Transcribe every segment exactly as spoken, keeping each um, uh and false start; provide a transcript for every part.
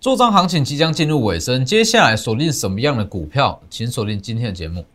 作账行情即将进入尾声，接下来锁定什么样的股票？请锁定今天的节目。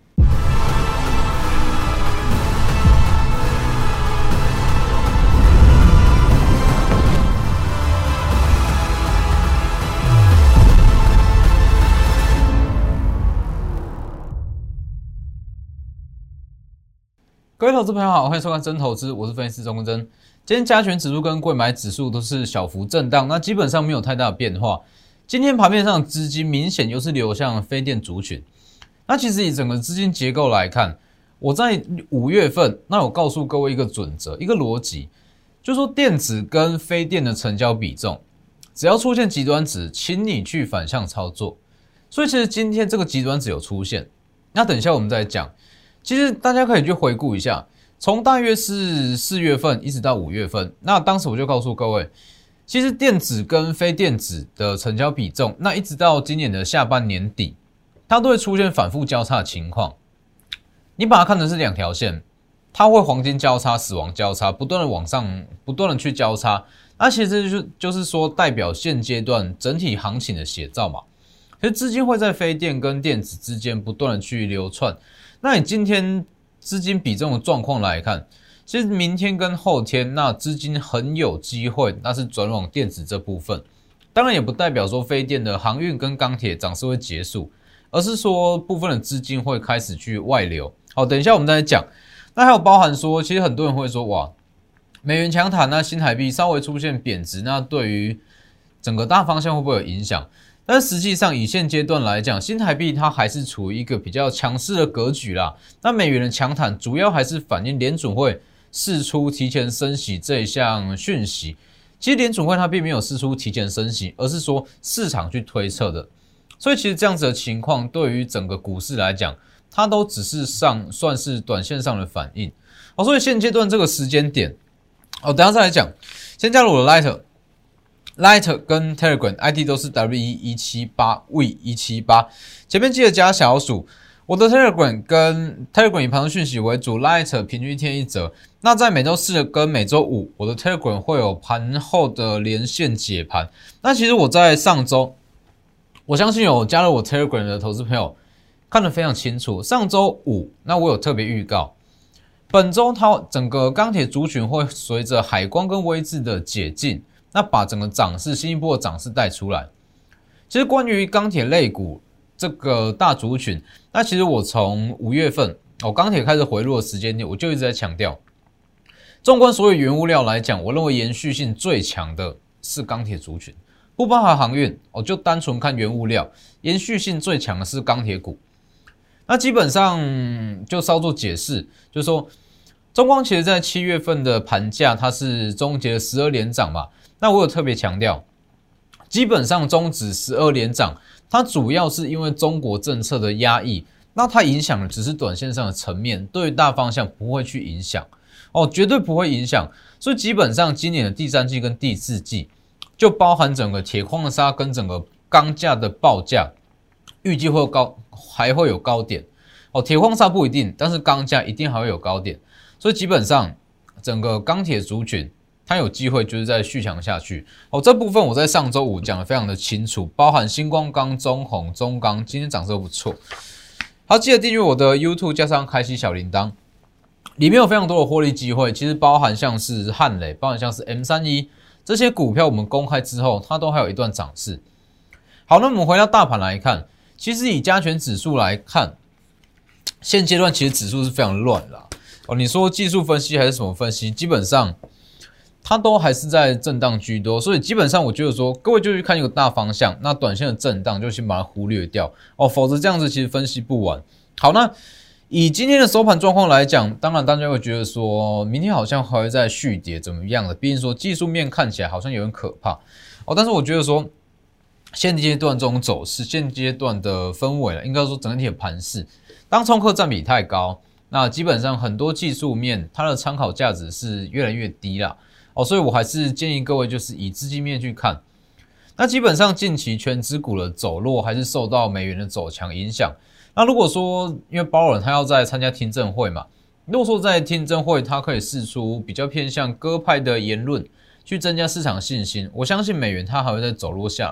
各位投资朋友好，欢迎收看真投资，我是分析师钟国珍。今天加权指数跟柜买指数都是小幅震荡，那基本上没有太大的变化。今天盘面上资金明显又是流向非电族群。那其实以整个资金结构来看，我在五月份，那我告诉各位一个准则，一个逻辑，就是说电子跟非电的成交比重，只要出现极端值，请你去反向操作。所以其实今天这个极端值有出现，那等一下我们再讲。其实大家可以去回顾一下，从大约是四月份一直到五月份，那当时我就告诉各位，其实电子跟非电子的成交比重，那一直到今年的下半年底，它都会出现反复交叉的情况。你把它看成是两条线，它会黄金交叉、死亡交叉，不断的往上，不断的去交叉。那其实就就是说，代表现阶段整体行情的写照嘛。其实资金会在非电跟电子之间不断的去流窜。那你今天资金比重的状况来看，其实明天跟后天，那资金很有机会，那是转往电子这部分。当然也不代表说非电的航运跟钢铁涨势会结束，而是说部分的资金会开始去外流。好，等一下我们再来讲。那还有包含说，其实很多人会说，哇，美元强弹，那新台币稍微出现贬值，那对于整个大方向会不会有影响？但实际上以现阶段来讲，新台币它还是处于一个比较强势的格局啦。那美元的强弹主要还是反映联准会释出提前升息这一项讯息。其实联准会它并没有释出提前升息，而是说市场去推测的。所以其实这样子的情况对于整个股市来讲，它都只是上算是短线上的反应。哦，所以现阶段这个时间点，哦，等一下再来讲。先加入我的 Light。Light 跟 Telegram I D 都是 W 一一七八 V 一七八， 前面记得加小数。我的 Telegram 跟 Telegram 以盘中讯息为主， Light 平均一天一则。那在每周四跟每周五，我的 Telegram 会有盘后的连线解盘。那其实我在上周，我相信有加入我 Telegram 的投资朋友看得非常清楚。上周五，那我有特别预告，本周它整个钢铁族群会随着海光跟威致的解禁，那把整个涨势新一波的涨势带出来。其实关于钢铁类股这个大族群，那其实我从五月份哦钢铁开始回落的时间点，我就一直在强调，纵观所有原物料来讲，我认为延续性最强的是钢铁族群，不包含航运哦，就单纯看原物料，延续性最强的是钢铁股。那基本上就稍作解释，就是说中光其实在七月份的盘价，它是终结了十二连涨嘛。那我有特别强调，基本上终止十二连涨，它主要是因为中国政策的压抑，那它影响的只是短线上的层面，对于大方向不会去影响哦，绝对不会影响。所以基本上今年的第三季跟第四季，就包含整个铁矿砂跟整个钢价的报价，预计会有高，还会有高点哦。铁矿砂不一定，但是钢价一定还会有高点。所以基本上整个钢铁族群，它有机会就是在续强下去哦。这部分我在上周五讲得非常的清楚，包含星光钢、中弘、中钢，今天涨势都不错。好，记得订阅我的 YouTube， 加上开启小铃铛，里面有非常多的获利机会。其实包含像是汉磊，包含像是 M 三十一 这些股票，我们公开之后，它都还有一段涨势。好，那我们回到大盘来看，其实以加权指数来看，现阶段其实指数是非常乱的啦。哦，你说技术分析还是什么分析，基本上它都还是在震荡居多，所以基本上我觉得说，各位就去看一个大方向，那短线的震荡就先把它忽略掉哦，否则这样子其实分析不完。好，那以今天的收盘状况来讲，当然大家会觉得说明天好像还会再续跌怎么样的，毕竟说技术面看起来好像有点可怕哦，但是我觉得说现阶段这种走势，现阶段的氛围，应该说整体的盘势，当冲客占比太高，那基本上很多技术面它的参考价值是越来越低啦哦，所以我还是建议各位就是以资金面去看。那基本上近期全指股的走弱还是受到美元的走强影响。那如果说因为鲍尔他要在参加听证会嘛，如果说在听证会他可以释出比较偏向鸽派的言论，去增加市场信心，我相信美元它还会再走弱下来。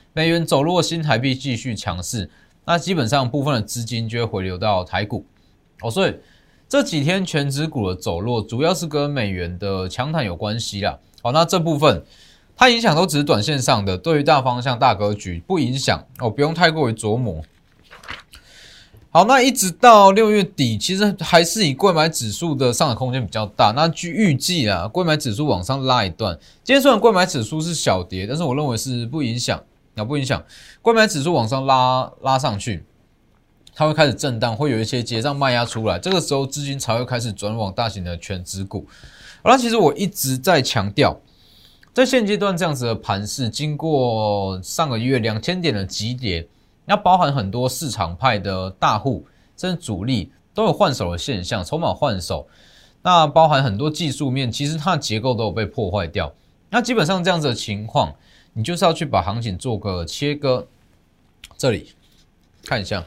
美元走弱，新台币继续强势，那基本上部分的资金就会回流到台股哦，所以这几天全指股的走弱，主要是跟美元的强弹有关系啦。好，那这部分它影响都只是短线上的，对于大方向、大格局不影响哦，不用太过于琢磨。好，那一直到六月底，其实还是以柜买指数的上涨空间比较大。那据预计啊，柜买指数往上拉一段。今天虽然柜买指数是小跌，但是我认为是不影响，啊不影响。柜买指数往上拉拉上去，它会开始震荡，会有一些结账卖压出来，这个时候资金才会开始转往大型的全指股。好，那其实我一直在强调，在现阶段这样子的盘势，经过上个月两千点的急跌。那包含很多市场派的大户甚至主力都有换手的现象，筹码换手，那包含很多技术面，其实它的结构都有被破坏掉。那基本上这样子的情况，你就是要去把行情做个切割。这里看一下，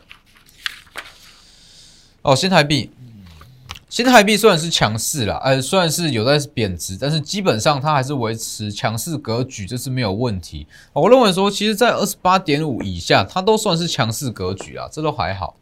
哦，新台币，新台币虽然是强势啦，呃，虽然是有在贬值，但是基本上它还是维持强势格局，这是没有问题。我认为说，其实在 二十八点五 以下，它都算是强势格局啊，这都还好。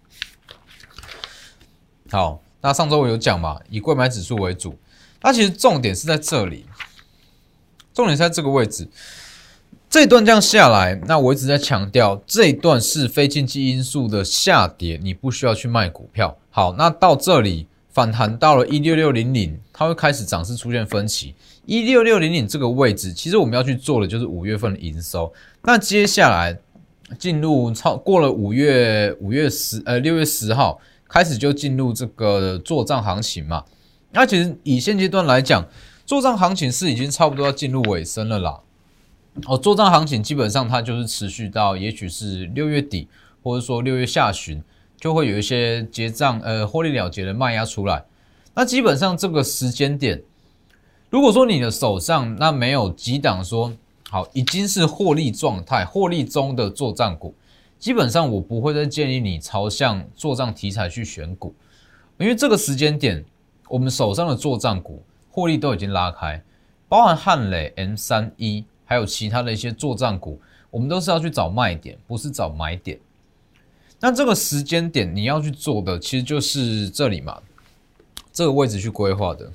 好，那上周我有讲嘛，以柜买指数为主，它其实重点是在这里，重点是在这个位置。这一段这样下来，那我一直在强调，这一段是非经济因素的下跌，你不需要去卖股票。好，那到这里。反弹到了一六六零零，它会开始涨势出现分歧。一六六零零这个位置，其实我们要去做的就是五月份的营收。那接下来进入超过了五月五月十呃六月十号开始就进入这个作账行情嘛。那其实以现阶段来讲，作账行情是已经差不多要进入尾声了啦。哦，作账行情基本上它就是持续到也许是六月底，或者说六月下旬。就会有一些结账呃获利了结的卖压出来，那基本上这个时间点，如果说你的手上那没有几档说好已经是获利状态、获利中的作账股，基本上我不会再建议你朝向作账题材去选股，因为这个时间点我们手上的作账股获利都已经拉开，包含汉磊、M 三一 还有其他的一些作账股，我们都是要去找卖点，不是找买点。那这个时间点你要去做的，其实就是这里嘛，这个位置去规划的。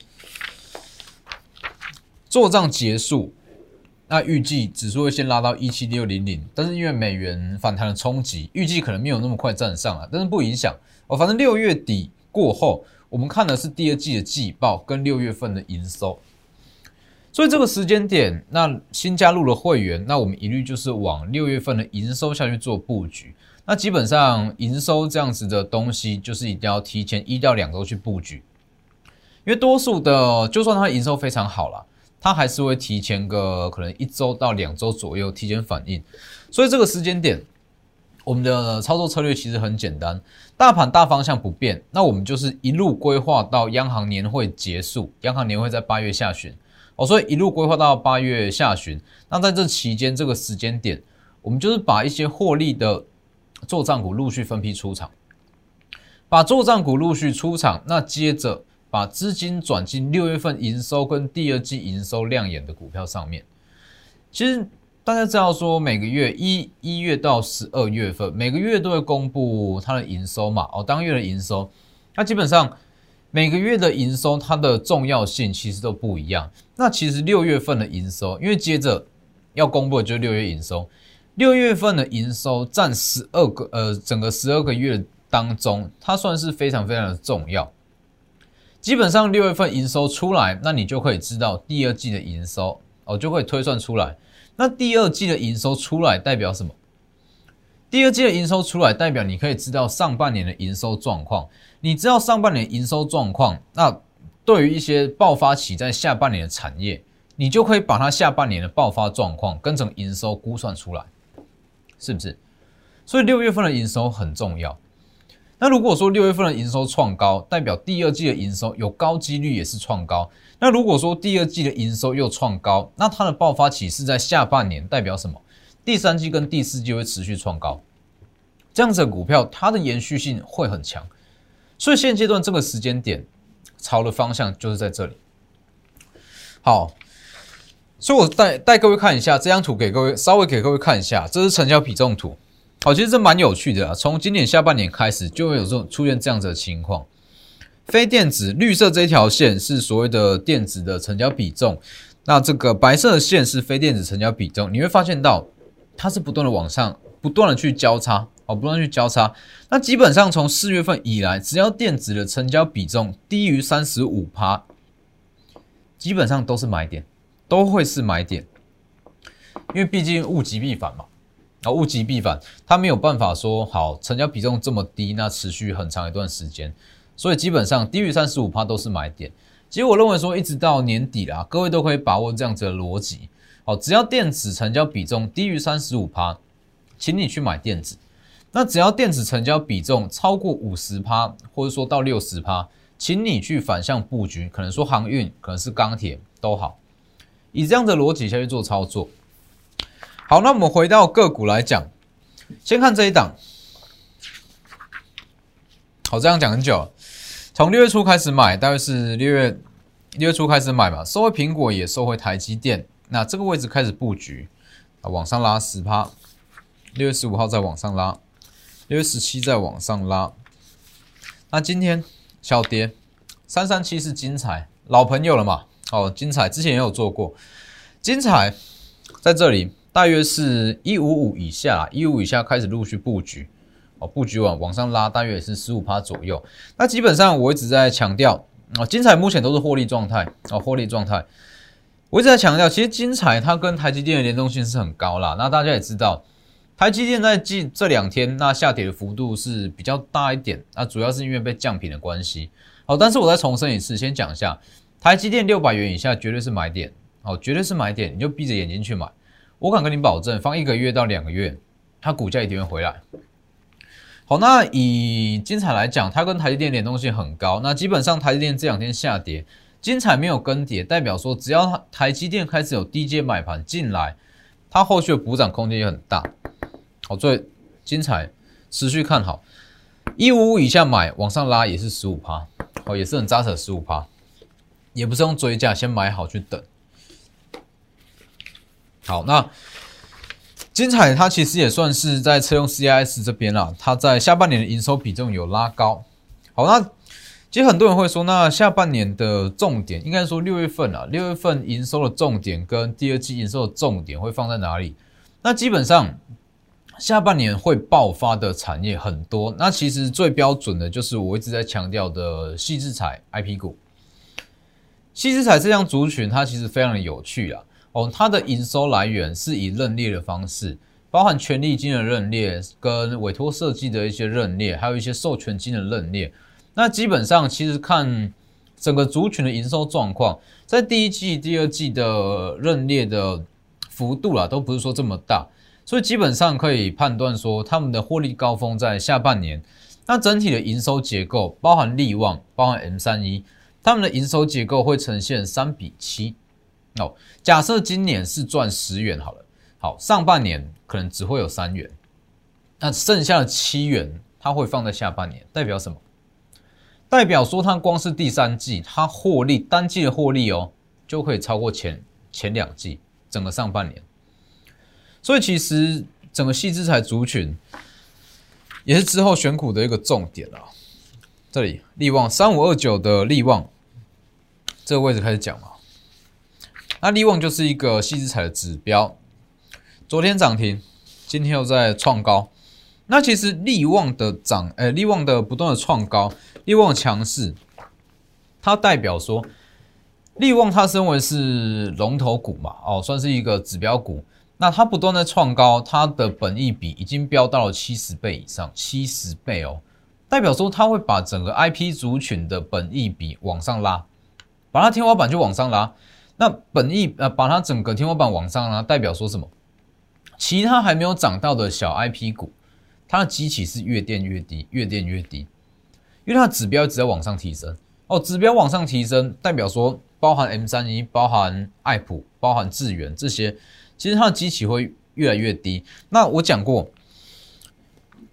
作账结束，那预计指数会先拉到一七六零零，但是因为美元反弹的冲击，预计可能没有那么快站上来，但是不影响哦。反正六月底过后，我们看的是第二季的季报跟六月份的营收，所以这个时间点，那新加入了会员，那我们一律就是往六月份的营收下去做布局。那基本上营收这样子的东西，就是一定要提前一到两周去布局，因为多数的就算它营收非常好啦，它还是会提前个可能一周到两周左右提前反应，所以这个时间点，我们的操作策略其实很简单，大盘大方向不变，那我们就是一路规划到央行年会结束，央行年会在八月下旬，哦，所以一路规划到八月下旬，那在这期间这个时间点，我们就是把一些获利的作账股陆续分批出场，把作账股陆续出场，那接着把资金转进六月份营收跟第二季营收亮眼的股票上面。其实大家知道说，每个月一一月到十二月份，每个月都会公布它的营收嘛，哦，当月的营收，那基本上每个月的营收它的重要性其实都不一样。那其实六月份的营收，因为接着要公布的就是六月营收。六月份的营收占十二个呃整个十二个月当中，它算是非常非常的重要。基本上六月份营收出来，那你就可以知道第二季的营收哦，就可以推算出来。那第二季的营收出来代表什么？第二季的营收出来代表你可以知道上半年的营收状况。你知道上半年营收状况，那对于一些爆发期在下半年的产业，你就可以把它下半年的爆发状况跟成营收估算出来。是不是？所以六月份的营收很重要。那如果说六月份的营收创高，代表第二季的营收有高几率也是创高。那如果说第二季的营收又创高，那它的爆发期是在下半年，代表什么？第三季跟第四季会持续创高。这样子的股票，它的延续性会很强。所以现阶段这个时间点，朝的方向就是在这里。好。 所以我带带各位看一下这张图，给各位稍微给各位看一下，这是成交比重图。好，其实这蛮有趣的啊。从今年下半年开始，就会有这种出现这样子的情况。非电子绿色这一条线是所谓的电子的成交比重，那这个白色的线是非电子成交比重。你会发现到它是不断的往上，不断的去交叉，哦，不断地去交叉。那基本上从四月份以来，只要电子的成交比重低于 百分之三十五， 基本上都是买点。都会是买点，因为毕竟物极必反嘛，啊，物极必反，它没有办法说好成交比重这么低，那持续很长一段时间，所以基本上低于 百分之三十五 都是买点。其实我认为说，一直到年底啦，各位都可以把握这样子的逻辑，好，只要电子成交比重低于 百分之三十五， 请你去买电子。那只要电子成交比重超过 百分之五十， 或者说到 百分之六十， 请你去反向布局，可能说航运，可能是钢铁都好。以这样的逻辑下去做操作。好，那我们回到个股来讲，先看这一档。好，这样讲很久了，从六月初开始买，大约是六月六月初开始买嘛，收回苹果也收回台积电，那这个位置开始布局，啊，往上拉 百分之十， 六月十五号再往上拉，六月十七再往上拉。那今天小跌，三三七是精彩，老朋友了嘛。哦，精彩之前也有做过，精彩在这里大约是一百五十五以下，一百五十五以下开始陆续布局，哦，布局往往上拉，大约也是 百分之十五 左右。那基本上我一直在强调，哦，精彩目前都是获利状态，哦，获利状态。我一直在强调，其实精彩它跟台积电的联动性是很高啦。那大家也知道，台积电在近这两天那下跌的幅度是比较大一点，那主要是因为被降频的关系。好，但是我再重申一次，先讲一下。台积电六百元以下绝对是买点，哦，绝对是买点，你就闭着眼睛去买。我敢跟你保证，放一个月到两个月，它股价一定会回来。好，那以精彩来讲，它跟台积电联动性很高，那基本上台积电这两天下跌，精彩没有跟跌，代表说只要台积电开始有低阶买盘进来，它后续的补涨空间也很大。好，所以精彩持续看好，一百五十五以下买，往上拉也是 百分之十五， 哦，也是很扎实的 百分之十五。也不是用追价，先买好去等。好，那精彩它其实也算是在车用 C I S 这边啦，它在下半年的营收比重有拉高。好，那其实很多人会说，那下半年的重点应该说六月份啊，六月份营收的重点跟第二季营收的重点会放在哪里？那基本上下半年会爆发的产业很多，那其实最标准的就是我一直在强调的矽智财 I P 股。矽智财这项族群，它其实非常的有趣啦。哦，它的营收来源是以认列的方式，包含权利金的认列、跟委托设计的一些认列，还有一些授权金的认列。那基本上，其实看整个族群的营收状况，在第一季、第二季的认列的幅度啦，都不是说这么大，所以基本上可以判断说，他们的获利高峰在下半年。那整体的营收结构，包含力旺、包含 M 三十一。他们的营收结构会呈现三比七。哦，假设今年是赚十元好了，好，上半年可能只会有三元，那剩下的七元它会放在下半年，代表什么？代表说它光是第三季，它获利单季的获利哦，就可以超过前前两季整个上半年。所以其实整个矽智财族群也是之后选股的一个重点啦。这里力旺三五二九的力旺，这个位置开始讲嘛。那力旺就是一个矽智财的指标，昨天涨停，今天又在创高。那其实力旺的涨，呃，力旺的不断的创高，力旺的强势，它代表说，力旺它身为是龙头股嘛，哦，算是一个指标股。那它不断的创高，它的本益比已经飙到了七十倍以上，七十倍哦。代表说，它会把整个 I P 族群的本益比往上拉，把它天花板就往上拉。那本益呃，把它整个天花板往上拉，代表说什么？其他还没有涨到的小 I P 股，它的基期是越垫越低，越垫越低，因为它的指标一直在往上提升。哦，指标往上提升，代表说，包含 M 三十一、包含爱普、包含智原这些，其实它的基期会越来越低。那我讲过。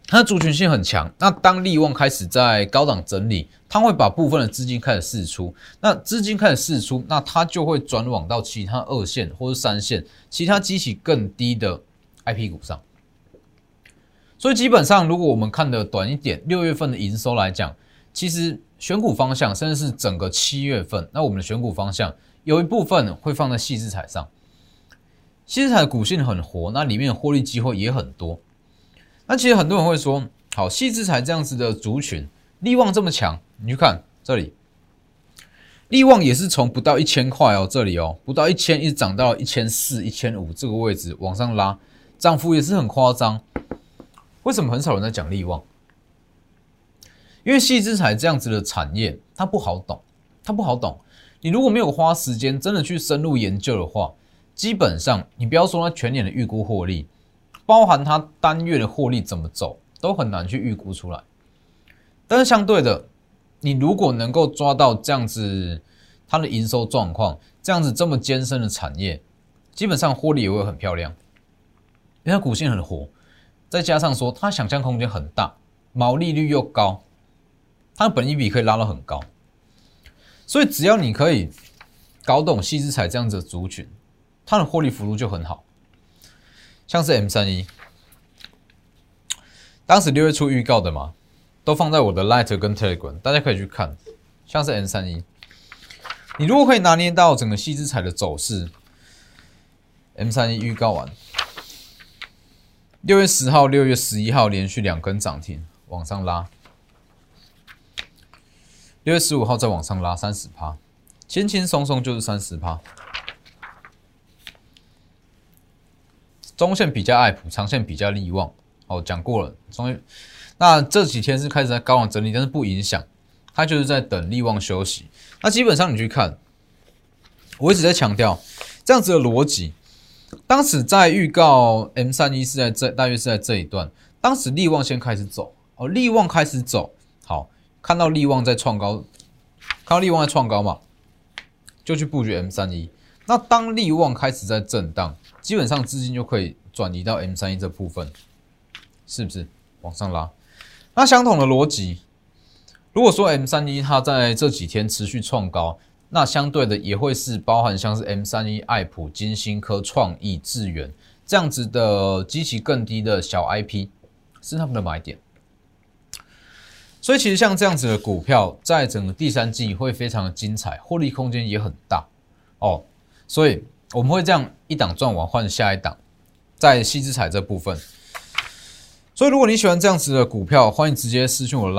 它的族群性很强。那当力旺开始在高档整理，它会把部分的资金开始释出。那资金开始释出，那它就会转往到其他二线或是三线，其他基期更低的 I P 股上。所以基本上，如果我们看的短一点，六月份的营收来讲，其实选股方向，甚至是整个七月份，那我们的选股方向有一部分会放在矽智财上。矽智财的股性很活，那里面的获利机会也很多。那其实很多人会说，好，矽智财这样子的族群，力旺这么强，你去看这里，力旺也是从不到一千块哦，这里哦，不到一千一直涨到一千四、一千五这个位置往上拉，涨幅也是很夸张。为什么很少人在讲力旺？因为矽智财这样子的产业，它不好懂，它不好懂。你如果没有花时间真的去深入研究的话，基本上你不要说它全年的预估获利，包含它单月的获利怎么走，都很难去预估出来。但是相对的，你如果能够抓到这样子它的营收状况，这样子这么艰深的产业，基本上获利也会很漂亮，因为它股性很活，再加上说它想象空间很大，毛利率又高，它的本益比可以拉到很高，所以只要你可以搞懂矽智财这样子的族群，它的获利幅度就很好。像是 M 三十一， 当时六月初预告的嘛，都放在我的 Light 跟 Telegram， 大家可以去看。像是 M 三十一， 你如果可以拿捏到整个矽智财的走势 ，M 三十一 预告完，六月十号、六月十一号连续两根涨停往上拉，六月十五号再往上拉 百分之三十， 轻轻松松就是 百分之三十。中线比较爱普，长线比较力旺。哦，讲过了。中那这几天是开始在高档整理，但是不影响，它就是在等力旺休息。那基本上你去看，我一直在强调这样子的逻辑。当时在预告 M 三十一 是在这，大约是在这一段。当时力旺先开始走，哦，力旺开始走，好，看到力旺在创高，看到力旺在创高嘛，就去布局 M 三十一。那当力旺开始在震荡，基本上资金就可以转移到 M 三十一 这部分，是不是往上拉？那相同的逻辑，如果说 M 三十一 它在这几天持续创高，那相对的也会是包含像是 M 三十一、爱普、金星科、创意、智原这样子的基期更低的小 I P 是他们的买点。所以其实像这样子的股票，在整个第三季会非常的精彩，获利空间也很大哦。所以我们会这样一档赚完换下一档，在矽智财这部分。所以如果你喜欢这样子的股票，欢迎直接私讯我的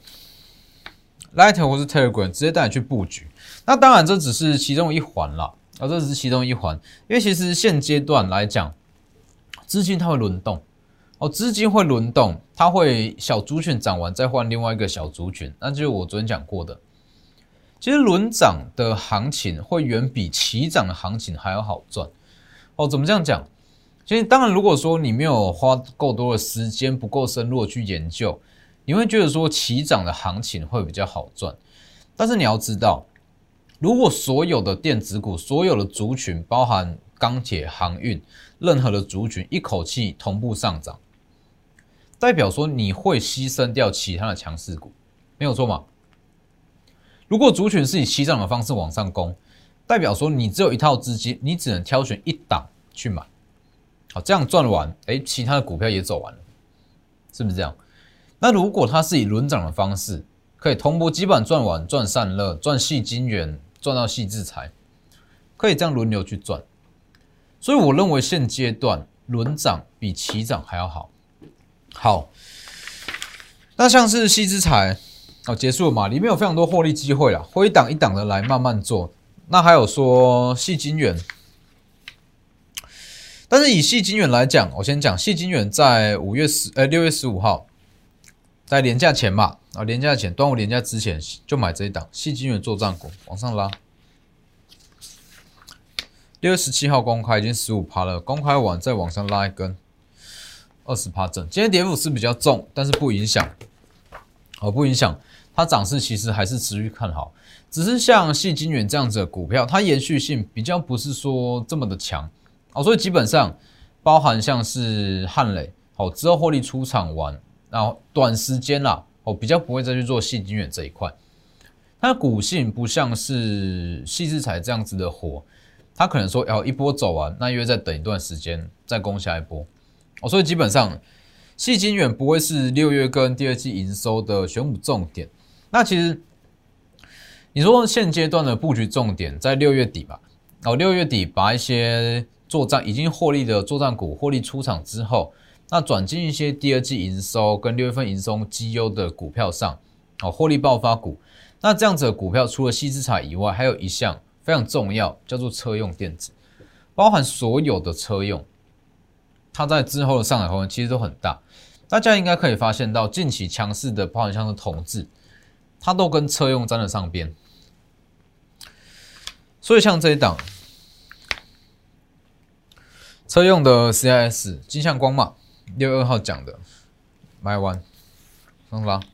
Light、Light 或是 Telegram， 直接带你去布局。那当然这只是其中一环啦，啊，这只是其中一环，因为其实现阶段来讲，资金它会轮动，哦，资金会轮动，它会小族群涨完再换另外一个小族群，那就是我昨天讲过的。其实轮涨的行情会远比齐涨的行情还要好赚哦。怎么这样讲？其实当然，如果说你没有花够多的时间，不够深入的去研究，你会觉得说齐涨的行情会比较好赚。但是你要知道，如果所有的电子股、所有的族群，包含钢铁、航运，任何的族群一口气同步上涨，代表说你会牺牲掉其他的强势股，没有错嘛？如果族群是以起涨的方式往上攻，代表说你只有一套资金，你只能挑选一档去买。好，这样赚完，哎，其他的股票也走完了，是不是这样？那如果它是以轮涨的方式，可以同步基本赚完，赚散热，赚矽晶圆，赚到矽智财，可以这样轮流去赚。所以我认为现阶段轮涨比起涨还要好。好，那像是矽智财。好，结束了嘛？里面有非常多获利机会啦，会一档一档的来慢慢做。那还有说矽晶圆，但是以矽晶圆来讲，我先讲矽晶圆在五月十，呃六月十五号，在连假前嘛，啊连假前，端午连假之前就买这一档矽晶圆作战股，往上拉。六月十七号公开已经 百分之十五 了，公开完再往上拉一根 百分之二十 正。今天跌幅是比较重，但是不影响，哦不影响。它涨势其实还是持续看好，只是像矽晶圆这样子的股票，它延续性比较不是说这么的强哦，所以基本上包含像是汉磊，好之后获利出场完， 然后短时间啦，哦比较不会再去做矽晶圆这一块。它的股性不像是矽智财这样子的火，它可能说要一波走完，那又再等一段时间再攻下一波。哦，所以基本上矽晶圆不会是六月跟第二季营收的选股重点。那其实你说现阶段的布局重点在六月底吧。哦，六月底把一些作战已经获利的作战股获利出场之后，那转进一些第二季营收跟六月份营收绩优的股票上，哦，获利爆发股。那这样子的股票除了矽智财以外，还有一项非常重要，叫做车用电子，包含所有的车用，它在之后的上涨空间其实都很大。大家应该可以发现到，近期强势的，包含像是统致，它都跟车用沾了上边。所以像这一档车用的 C I S 金像光嘛，六月二号讲的，买完上拉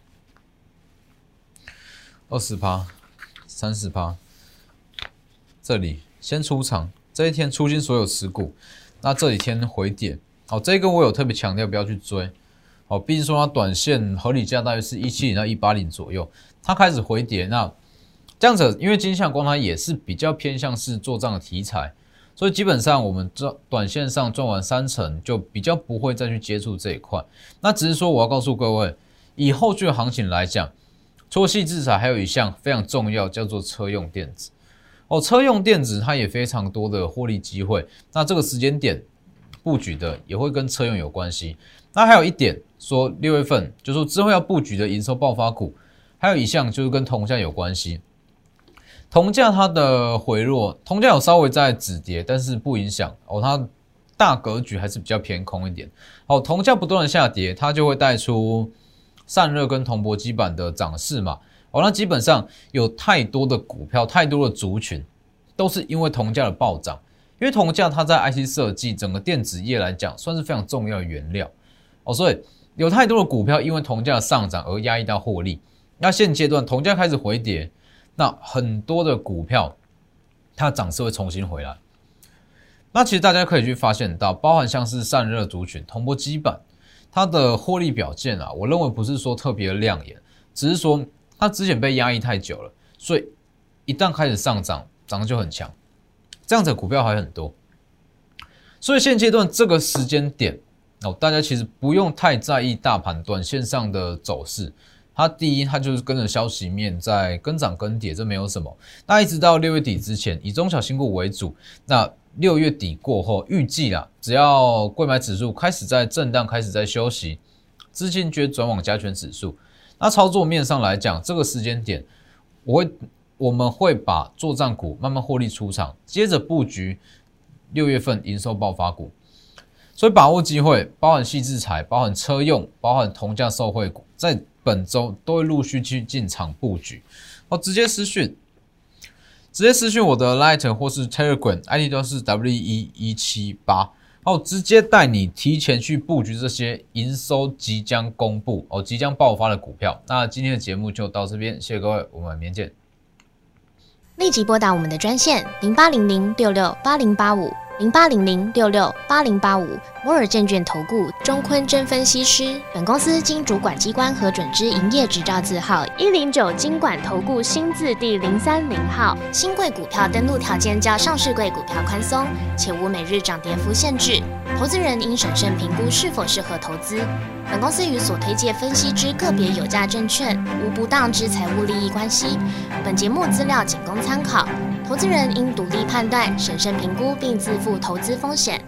百分之二十 三十 这里先出场，这一天出清所有持股，那这几天回跌，好，这个我有特别强调不要去追，好，毕竟说它短线合理价大约是一百七十到一百八十左右，它开始回跌，那这样子，因为金像光它也是比较偏向是做账的题材，所以基本上我们短线上赚完三成，就比较不会再去接触这一块。那只是说我要告诉各位，以后续的行情来讲，除了矽智财，还有一项非常重要，叫做车用电子。哦，车用电子它也非常多的获利机会。那这个时间点布局的也会跟车用有关系。那还有一点说，六月份就说之后要布局的营收爆发股，还有一项就是跟铜价有关系。铜价它的回落，铜价有稍微在止跌，但是不影响哦，它大格局还是比较偏空一点。哦，铜价不断的下跌，它就会带出散热跟铜箔基板的涨势嘛。哦，那基本上有太多的股票，太多的族群，都是因为铜价的暴涨。因为铜价它在 I C 设计整个电子业来讲，算是非常重要的原料。哦，所以有太多的股票因为铜价的上涨而压抑到获利。那现阶段铜价开始回跌。那很多的股票，它的涨势会重新回来。那其实大家可以去发现到，包含像是散热族群、铜箔基板，它的获利表现啊，我认为不是说特别亮眼，只是说它之前被压抑太久了，所以一旦开始上涨，涨得就很强。这样子的股票还很多，所以现阶段这个时间点，哦，大家其实不用太在意大盘短线上的走势。它第一，它就是跟着消息面在跟涨跟跌，这没有什么。那一直到六月底之前，以中小型股为主。那六月底过后，预计啦，只要柜买指数开始在震荡，开始在休息，资金就会转往加权指数。那操作面上来讲，这个时间点，我会我们会把作战股慢慢获利出场，接着布局六月份营收爆发股。所以把握机会，包含矽智财，包含车用，包含铜价受惠股，在本周都会陆续去进场布局。哦，直接私讯，直接私讯我的 Line 或是 Telegram I D 都是 W 一一七八，哦，直接带你提前去布局这些营收即将公布哦，即将爆发的股票。那今天的节目就到这边，谢谢各位，我们明天见。 立即拨打我们的专线零八零零六六八零八五。零八零零六六八零八五摩尔证券投顾钟坤真分析师，本公司经主管机关核准之营业执照字号一零九金管投顾新字第零三零号。新贵股票登录条件较上市贵股票宽松，且无每日涨跌幅限制。投资人应审慎评估是否适合投资。本公司与所推介分析之个别有价证券无不当之财务利益关系。本节目资料仅供参考，投资人应独立判断、审慎评估并自负投资风险。